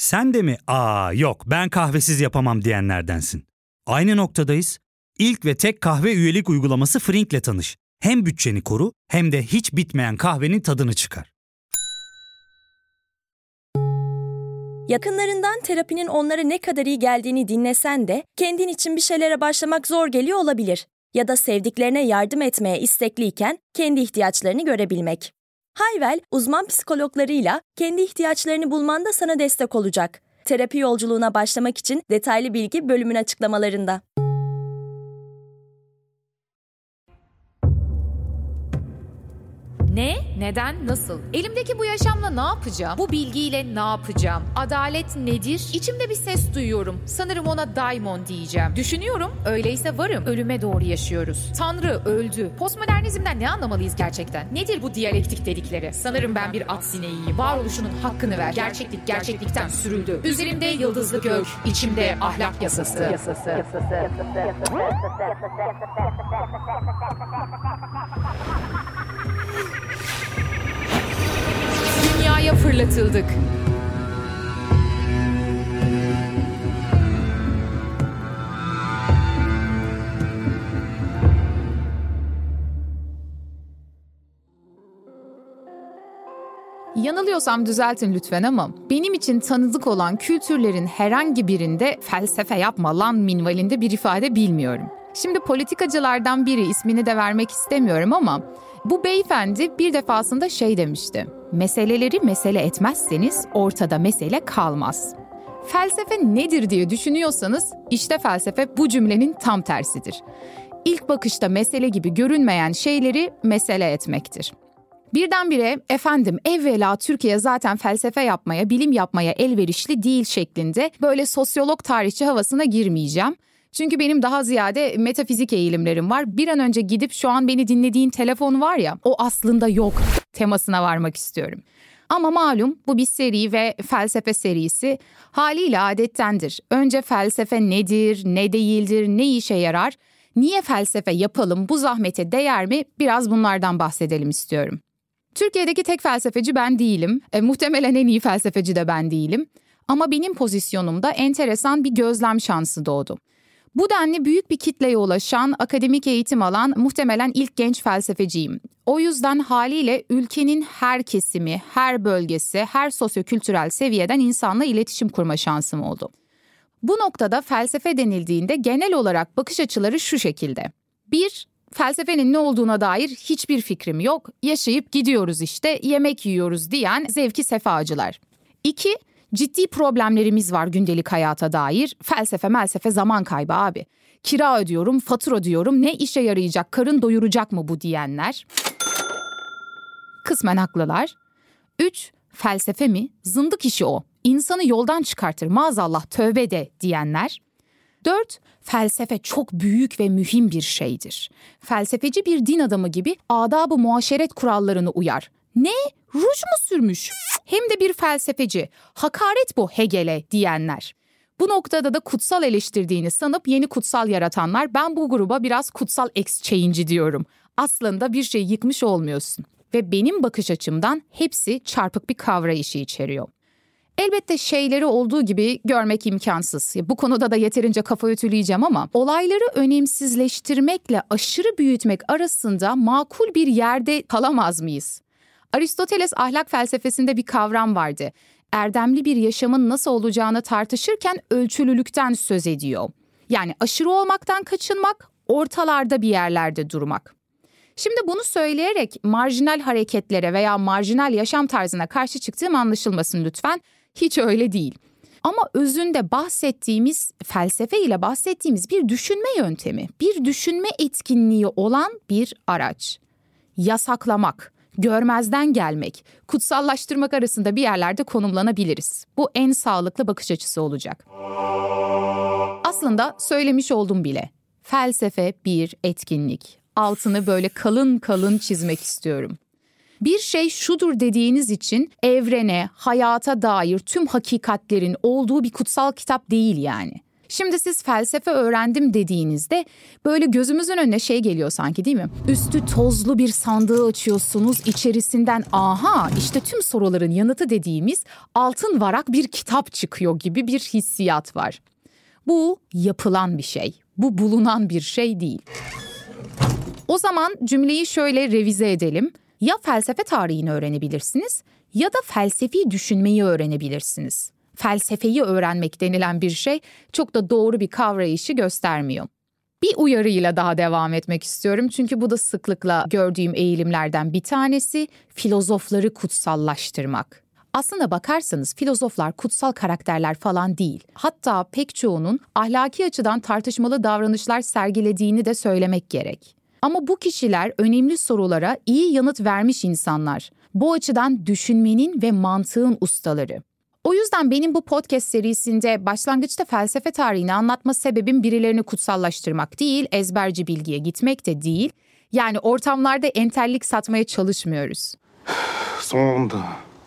Sen de mi yok ben kahvesiz yapamam diyenlerdensin? Aynı noktadayız. İlk ve tek kahve üyelik uygulaması Frink'le tanış. Hem bütçeni koru hem de hiç bitmeyen kahvenin tadını çıkar. Yakınlarından terapinin onlara ne kadar iyi geldiğini dinlesen de kendin için bir şeylere başlamak zor geliyor olabilir. Ya da sevdiklerine yardım etmeye istekliyken kendi ihtiyaçlarını görebilmek. Hayvel, uzman psikologlarıyla kendi ihtiyaçlarını bulmanda sana destek olacak. Terapi yolculuğuna başlamak için detaylı bilgi bölümün açıklamalarında. Ne? Neden? Nasıl? Elimdeki bu yaşamla ne yapacağım? Bu bilgiyle ne yapacağım? Adalet nedir? İçimde bir ses duyuyorum. Sanırım ona daimon diyeceğim. Düşünüyorum. Öyleyse varım. Ölüme doğru yaşıyoruz. Tanrı öldü. Postmodernizmden ne anlamalıyız gerçekten? Nedir bu diyalektik dedikleri? Sanırım ben bir at sineğiyim. Varoluşunun hakkını ver. Gerçeklik gerçeklikten sürüldü. Üzerimde yıldızlı gök. İçimde ahlak yasası. Dünyaya fırlatıldık. Yanılıyorsam düzeltin lütfen ama benim için tanıdık olan kültürlerin herhangi birinde felsefe yapma lan minvalinde bir ifade bilmiyorum. Şimdi politikacılardan biri, ismini de vermek istemiyorum ama bu beyefendi bir defasında demişti. Meseleleri mesele etmezseniz ortada mesele kalmaz. Felsefe nedir diye düşünüyorsanız işte felsefe bu cümlenin tam tersidir. İlk bakışta mesele gibi görünmeyen şeyleri mesele etmektir. Birdenbire evvela Türkiye zaten felsefe yapmaya, bilim yapmaya elverişli değil şeklinde böyle sosyolog tarihçi havasına girmeyeceğim. Çünkü benim daha ziyade metafizik eğilimlerim var. Bir an önce gidip şu an beni dinlediğin telefon var ya, o aslında yok temasına varmak istiyorum. Ama malum bu bir seri ve felsefe serisi haliyle adettendir. Önce felsefe nedir, ne değildir, ne işe yarar, niye felsefe yapalım, bu zahmete değer mi, biraz bunlardan bahsedelim istiyorum. Türkiye'deki tek felsefeci ben değilim. Muhtemelen en iyi felsefeci de ben değilim. Ama benim pozisyonumda enteresan bir gözlem şansı doğdu. Bu denli büyük bir kitleye ulaşan, akademik eğitim alan muhtemelen ilk genç felsefeciyim. O yüzden haliyle ülkenin her kesimi, her bölgesi, her sosyokültürel seviyeden insanla iletişim kurma şansım oldu. Bu noktada felsefe denildiğinde genel olarak bakış açıları şu şekilde. 1. Felsefenin ne olduğuna dair hiçbir fikrim yok, yaşayıp gidiyoruz işte, yemek yiyoruz diyen zevki sefacılar. 2. Ciddi problemlerimiz var gündelik hayata dair. Felsefe zaman kaybı abi. Kira ödüyorum, fatura ödüyorum, ne işe yarayacak, karın doyuracak mı bu diyenler? Kısmen haklılar. 3. Felsefe mi? Zındık işi o. İnsanı yoldan çıkartır, maazallah tövbe de diyenler. 4. Felsefe çok büyük ve mühim bir şeydir. Felsefeci bir din adamı gibi adab-ı muaşeret kurallarına uyar. Ne? Ruj mu sürmüş? Hem de bir felsefeci. Hakaret bu Hegel'e diyenler. Bu noktada da kutsal eleştirdiğini sanıp yeni kutsal yaratanlar, ben bu gruba biraz kutsal exchange diyorum. Aslında bir şey yıkmış olmuyorsun. Ve benim bakış açımdan hepsi çarpık bir kavrayışı içeriyor. Elbette şeyleri olduğu gibi görmek imkansız. Bu konuda da yeterince kafa ütüleyeceğim ama olayları önemsizleştirmekle aşırı büyütmek arasında makul bir yerde kalamaz mıyız? Aristoteles ahlak felsefesinde bir kavram vardı. Erdemli bir yaşamın nasıl olacağını tartışırken ölçülülükten söz ediyor. Yani aşırı olmaktan kaçınmak, ortalarda bir yerlerde durmak. Şimdi bunu söyleyerek marjinal hareketlere veya marjinal yaşam tarzına karşı çıktığım anlaşılmasın lütfen. Hiç öyle değil. Ama özünde bahsettiğimiz, felsefe ile bahsettiğimiz bir düşünme yöntemi, bir düşünme etkinliği olan bir araç. Yasaklamak, görmezden gelmek, kutsallaştırmak arasında bir yerlerde konumlanabiliriz. Bu en sağlıklı bakış açısı olacak. Aslında söylemiş oldum bile. Felsefe bir etkinlik. Altını böyle kalın kalın çizmek istiyorum. Bir şey şudur dediğiniz için evrene, hayata dair tüm hakikatlerin olduğu bir kutsal kitap değil yani. Şimdi siz felsefe öğrendim dediğinizde böyle gözümüzün önüne şey geliyor sanki, değil mi? Üstü tozlu bir sandığı açıyorsunuz, içerisinden aha işte tüm soruların yanıtı dediğimiz altın varak bir kitap çıkıyor gibi bir hissiyat var. Bu yapılan bir şey, bu bulunan bir şey değil. O zaman cümleyi şöyle revize edelim. Ya felsefe tarihini öğrenebilirsiniz ya da felsefi düşünmeyi öğrenebilirsiniz. Felsefeyi öğrenmek denilen bir şey çok da doğru bir kavrayışı göstermiyor. Bir uyarıyla daha devam etmek istiyorum. Çünkü bu da sıklıkla gördüğüm eğilimlerden bir tanesi, filozofları kutsallaştırmak. Aslında bakarsanız filozoflar kutsal karakterler falan değil. Hatta pek çoğunun ahlaki açıdan tartışmalı davranışlar sergilediğini de söylemek gerek. Ama bu kişiler önemli sorulara iyi yanıt vermiş insanlar. Bu açıdan düşünmenin ve mantığın ustaları. O yüzden benim bu podcast serisinde başlangıçta felsefe tarihini anlatma sebebim birilerini kutsallaştırmak değil, ezberci bilgiye gitmek de değil. Yani ortamlarda entellik satmaya çalışmıyoruz. Sonunda.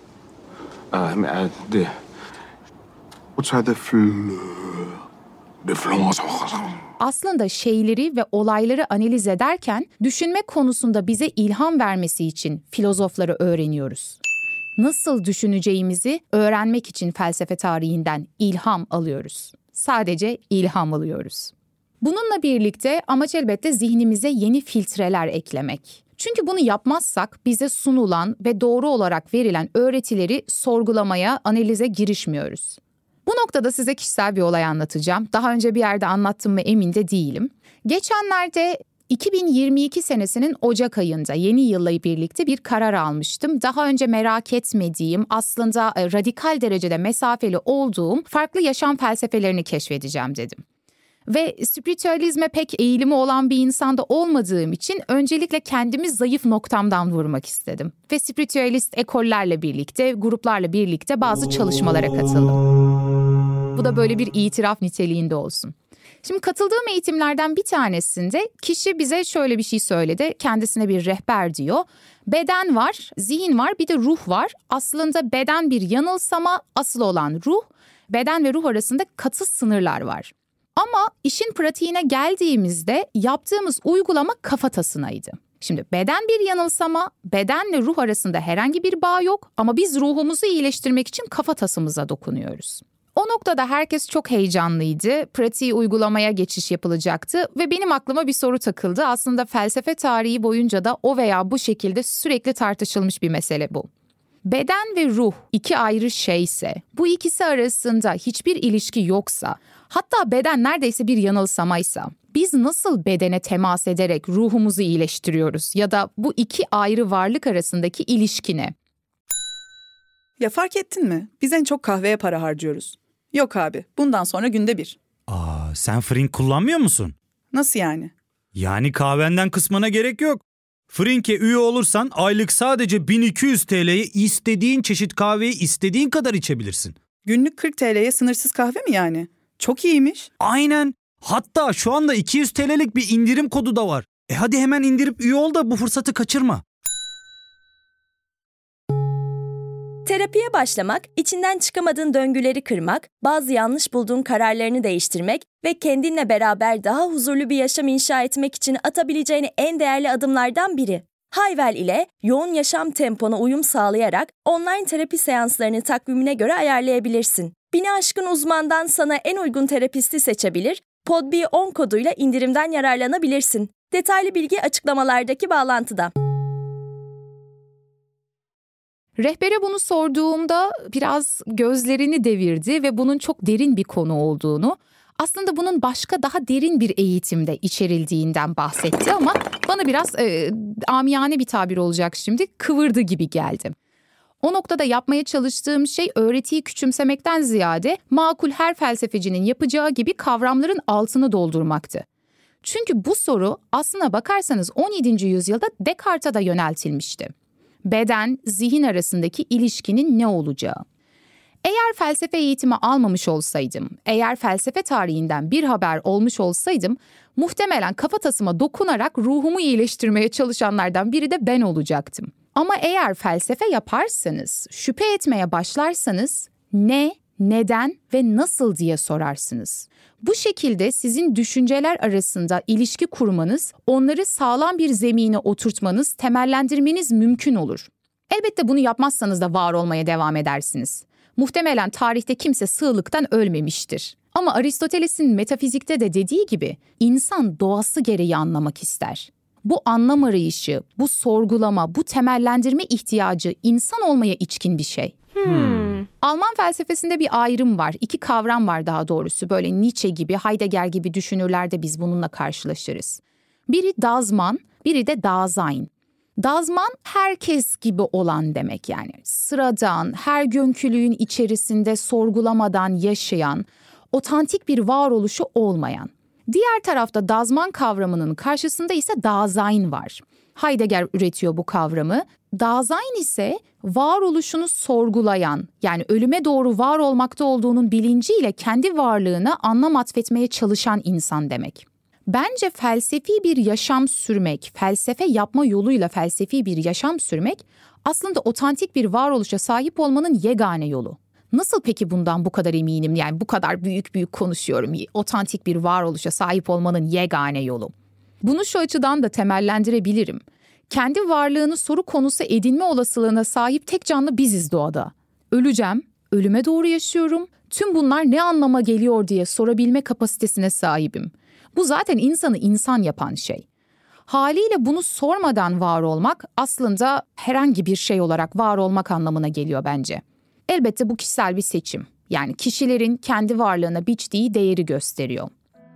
Aslında şeyleri ve olayları analiz ederken düşünme konusunda bize ilham vermesi için filozofları öğreniyoruz. Nasıl düşüneceğimizi öğrenmek için felsefe tarihinden ilham alıyoruz. Sadece ilham alıyoruz. Bununla birlikte amaç elbette zihnimize yeni filtreler eklemek. Çünkü bunu yapmazsak bize sunulan ve doğru olarak verilen öğretileri sorgulamaya, analize girişmiyoruz. Bu noktada size kişisel bir olay anlatacağım. Daha önce bir yerde anlattım mı emin de değilim. Geçenlerde 2022 senesinin Ocak ayında yeni yılla birlikte bir karar almıştım. Daha önce merak etmediğim, aslında radikal derecede mesafeli olduğum farklı yaşam felsefelerini keşfedeceğim dedim. Ve spiritüalizme pek eğilimi olan bir insanda olmadığım için öncelikle kendimi zayıf noktamdan vurmak istedim. Ve spiritüalist ekollerle birlikte, gruplarla birlikte bazı çalışmalara katıldım. Bu da böyle bir itiraf niteliğinde olsun. Şimdi katıldığım eğitimlerden bir tanesinde kişi bize şöyle bir şey söyledi. Kendisine bir rehber diyor. Beden var, zihin var, bir de ruh var. Aslında beden bir yanılsama, asıl olan ruh. Beden ve ruh arasında katı sınırlar var. Ama işin pratiğine geldiğimizde yaptığımız uygulama kafatasınaydı. Şimdi beden bir yanılsama, bedenle ruh arasında herhangi bir bağ yok ama biz ruhumuzu iyileştirmek için kafatasımıza dokunuyoruz. O noktada herkes çok heyecanlıydı. Pratiği uygulamaya geçiş yapılacaktı ve benim aklıma bir soru takıldı. Aslında felsefe tarihi boyunca da o veya bu şekilde sürekli tartışılmış bir mesele bu. Beden ve ruh iki ayrı şeyse, bu ikisi arasında hiçbir ilişki yoksa, hatta beden neredeyse bir yanılsamaysa, biz nasıl bedene temas ederek ruhumuzu iyileştiriyoruz ya da bu iki ayrı varlık arasındaki ilişki ne? Ya fark ettin mi? Biz en çok kahveye para harcıyoruz. Yok abi, bundan sonra günde bir. Sen Frink kullanmıyor musun? Nasıl yani? Yani kahvenden kısmına gerek yok. Frink'e üye olursan aylık sadece 1200 TL'ye istediğin çeşit kahveyi istediğin kadar içebilirsin. Günlük 40 TL'ye sınırsız kahve mi yani? Çok iyiymiş. Aynen. Hatta şu anda 200 TL'lik bir indirim kodu da var. Hadi hemen indirip üye ol da bu fırsatı kaçırma. Terapiye başlamak, içinden çıkamadığın döngüleri kırmak, bazı yanlış bulduğun kararlarını değiştirmek ve kendinle beraber daha huzurlu bir yaşam inşa etmek için atabileceğin en değerli adımlardan biri. Hayvel ile yoğun yaşam tempona uyum sağlayarak online terapi seanslarını takvimine göre ayarlayabilirsin. 1000'i aşkın uzmandan sana en uygun terapisti seçebilir, PodB10 koduyla indirimden yararlanabilirsin. Detaylı bilgi açıklamalardaki bağlantıda. Rehbere bunu sorduğumda biraz gözlerini devirdi ve bunun çok derin bir konu olduğunu, aslında bunun başka daha derin bir eğitimde içerildiğinden bahsetti ama bana biraz amiyane bir tabir olacak şimdi, kıvırdı gibi geldi. O noktada yapmaya çalıştığım şey öğretiyi küçümsemekten ziyade makul her felsefecinin yapacağı gibi kavramların altını doldurmaktı. Çünkü bu soru aslına bakarsanız 17. yüzyılda Descartes'e da yöneltilmişti. Beden, zihin arasındaki ilişkinin ne olacağı. Eğer felsefe eğitimi almamış olsaydım, eğer felsefe tarihinden bir haber olmuş olsaydım, muhtemelen kafatasıma dokunarak ruhumu iyileştirmeye çalışanlardan biri de ben olacaktım. Ama eğer felsefe yaparsanız, şüphe etmeye başlarsanız ne, neden ve nasıl diye sorarsınız. Bu şekilde sizin düşünceler arasında ilişki kurmanız, onları sağlam bir zemine oturtmanız, temellendirmeniz mümkün olur. Elbette bunu yapmazsanız da var olmaya devam edersiniz. Muhtemelen tarihte kimse sığlıktan ölmemiştir. Ama Aristoteles'in metafizikte de dediği gibi insan doğası gereği anlamak ister. Bu anlam arayışı, bu sorgulama, bu temellendirme ihtiyacı insan olmaya içkin bir şey. Alman felsefesinde bir ayrım var. 2 kavram var daha doğrusu. Böyle Nietzsche gibi, Heidegger gibi düşünürlerde biz bununla karşılaşırız. Biri Das Mann, biri de Dasein. Das Mann herkes gibi olan demek yani. Sıradan, her günkülüğün içerisinde sorgulamadan yaşayan, otantik bir varoluşu olmayan. Diğer tarafta Das Mann kavramının karşısında ise Dasein var. Heidegger üretiyor bu kavramı. Dasein ise varoluşunu sorgulayan, yani ölüme doğru var olmakta olduğunun bilinciyle kendi varlığına anlam atfetmeye çalışan insan demek. Bence felsefi bir yaşam sürmek, felsefe yapma yoluyla felsefi bir yaşam sürmek aslında otantik bir varoluşa sahip olmanın yegane yolu. Nasıl peki bundan bu kadar eminim? Yani bu kadar büyük konuşuyorum. Otantik bir varoluşa sahip olmanın yegane yolu. Bunu şu açıdan da temellendirebilirim. Kendi varlığını soru konusu edinme olasılığına sahip tek canlı biziz doğada. Öleceğim, ölüme doğru yaşıyorum. Tüm bunlar ne anlama geliyor diye sorabilme kapasitesine sahibim. Bu zaten insanı insan yapan şey. Haliyle bunu sormadan var olmak aslında herhangi bir şey olarak var olmak anlamına geliyor bence. Elbette bu kişisel bir seçim. Yani kişilerin kendi varlığına biçtiği değeri gösteriyor.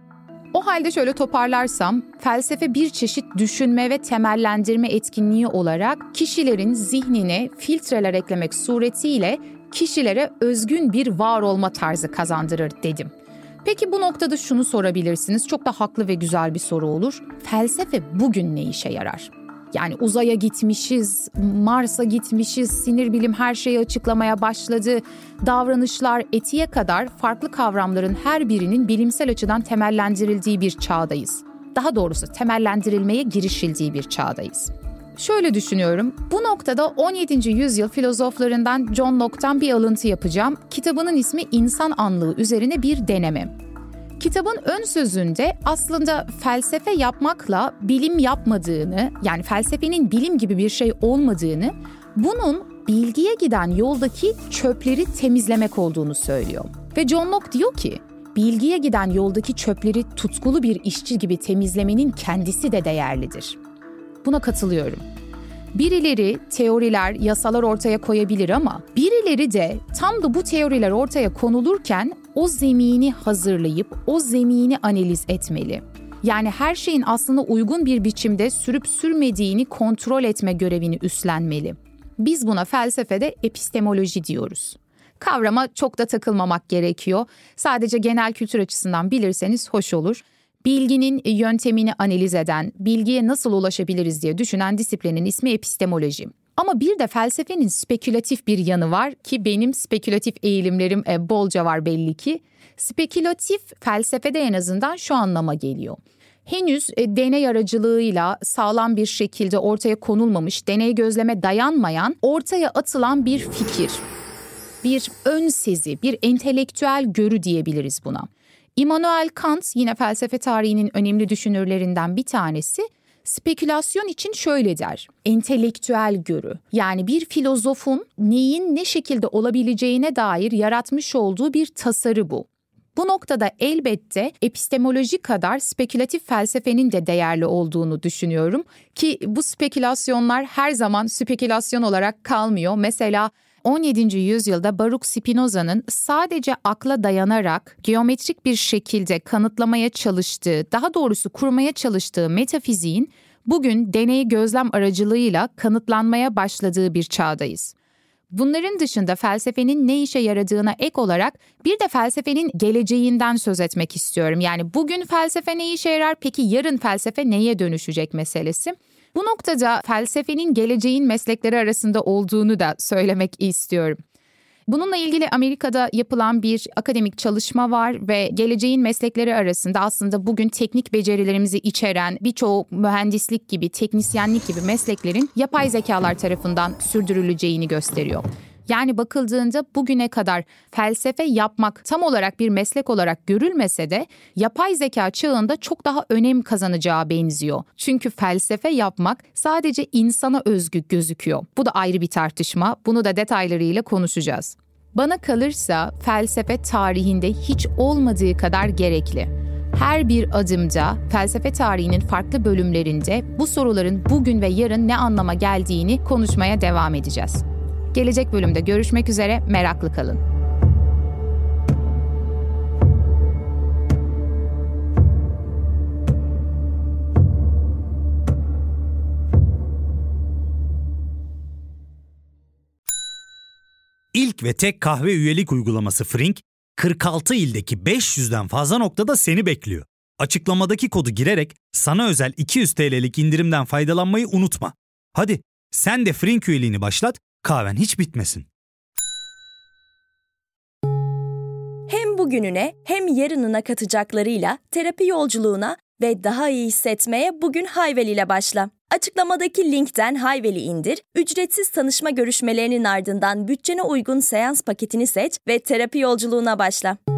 O halde şöyle toparlarsam, felsefe bir çeşit düşünme ve temellendirme etkinliği olarak kişilerin zihnine filtreler eklemek suretiyle kişilere özgün bir var olma tarzı kazandırır dedim. Peki bu noktada şunu sorabilirsiniz, çok da haklı ve güzel bir soru olur. Felsefe bugün ne işe yarar? Yani uzaya gitmişiz, Mars'a gitmişiz, sinir bilim her şeyi açıklamaya başladı. Davranışlar, etiğe kadar farklı kavramların her birinin bilimsel açıdan temellendirildiği bir çağdayız. Daha doğrusu temellendirilmeye girişildiği bir çağdayız. Şöyle düşünüyorum, bu noktada 17. yüzyıl filozoflarından John Locke'tan bir alıntı yapacağım. Kitabının ismi İnsan Anlığı üzerine bir deneme. Kitabın ön sözünde aslında felsefe yapmakla bilim yapmadığını, yani felsefenin bilim gibi bir şey olmadığını, bunun bilgiye giden yoldaki çöpleri temizlemek olduğunu söylüyor. Ve John Locke diyor ki, bilgiye giden yoldaki çöpleri tutkulu bir işçi gibi temizlemenin kendisi de değerlidir. Buna katılıyorum. Birileri teoriler, yasalar ortaya koyabilir ama birileri de tam da bu teoriler ortaya konulurken o zemini hazırlayıp o zemini analiz etmeli. Yani her şeyin aslında uygun bir biçimde sürüp sürmediğini kontrol etme görevini üstlenmeli. Biz buna felsefede epistemoloji diyoruz. Kavrama çok da takılmamak gerekiyor. Sadece genel kültür açısından bilirseniz hoş olur. Bilginin yöntemini analiz eden, bilgiye nasıl ulaşabiliriz diye düşünen disiplinin ismi epistemoloji. Ama bir de felsefenin spekülatif bir yanı var ki benim spekülatif eğilimlerim bolca var belli ki. Spekülatif felsefede en azından şu anlama geliyor. Henüz deney aracılığıyla sağlam bir şekilde ortaya konulmamış, deney gözleme dayanmayan, ortaya atılan bir fikir, bir ön sezi, bir entelektüel görü diyebiliriz buna. Immanuel Kant yine felsefe tarihinin önemli düşünürlerinden bir tanesi. Spekülasyon için şöyle der, entelektüel görü. Yani bir filozofun neyin ne şekilde olabileceğine dair yaratmış olduğu bir tasarı bu. Bu noktada elbette epistemoloji kadar spekülatif felsefenin de değerli olduğunu düşünüyorum. Ki bu spekülasyonlar her zaman spekülasyon olarak kalmıyor. Mesela 17. yüzyılda Baruch Spinoza'nın sadece akla dayanarak geometrik bir şekilde kanıtlamaya çalıştığı, daha doğrusu kurmaya çalıştığı metafiziğin bugün deney gözlem aracılığıyla kanıtlanmaya başladığı bir çağdayız. Bunların dışında felsefenin ne işe yaradığına ek olarak bir de felsefenin geleceğinden söz etmek istiyorum. Yani bugün felsefe ne işe yarar, peki yarın felsefe neye dönüşecek meselesi. Bu noktada felsefenin geleceğin meslekleri arasında olduğunu da söylemek istiyorum. Bununla ilgili Amerika'da yapılan bir akademik çalışma var ve geleceğin meslekleri arasında aslında bugün teknik becerilerimizi içeren birçok mühendislik gibi, teknisyenlik gibi mesleklerin yapay zekalar tarafından sürdürüleceğini gösteriyor. Yani bakıldığında bugüne kadar felsefe yapmak tam olarak bir meslek olarak görülmese de yapay zeka çağında çok daha önem kazanacağı benziyor. Çünkü felsefe yapmak sadece insana özgü gözüküyor. Bu da ayrı bir tartışma. Bunu da detaylarıyla konuşacağız. Bana kalırsa felsefe tarihinde hiç olmadığı kadar gerekli. Her bir adımda felsefe tarihinin farklı bölümlerinde bu soruların bugün ve yarın ne anlama geldiğini konuşmaya devam edeceğiz. Gelecek bölümde görüşmek üzere, meraklı kalın. İlk ve tek kahve üyelik uygulaması Frink, 46 ildeki 500'den fazla noktada seni bekliyor. Açıklamadaki kodu girerek sana özel 200 TL'lik indirimden faydalanmayı unutma. Hadi sen de Frink üyeliğini başlat, kahven hiç bitmesin. Hem bugününe hem yarınına katacaklarıyla terapi yolculuğuna ve daha iyi hissetmeye bugün Hayvel ile başla. Açıklamadaki linkten Hayvel'i indir, ücretsiz tanışma görüşmelerinin ardından bütçene uygun seans paketini seç ve terapi yolculuğuna başla.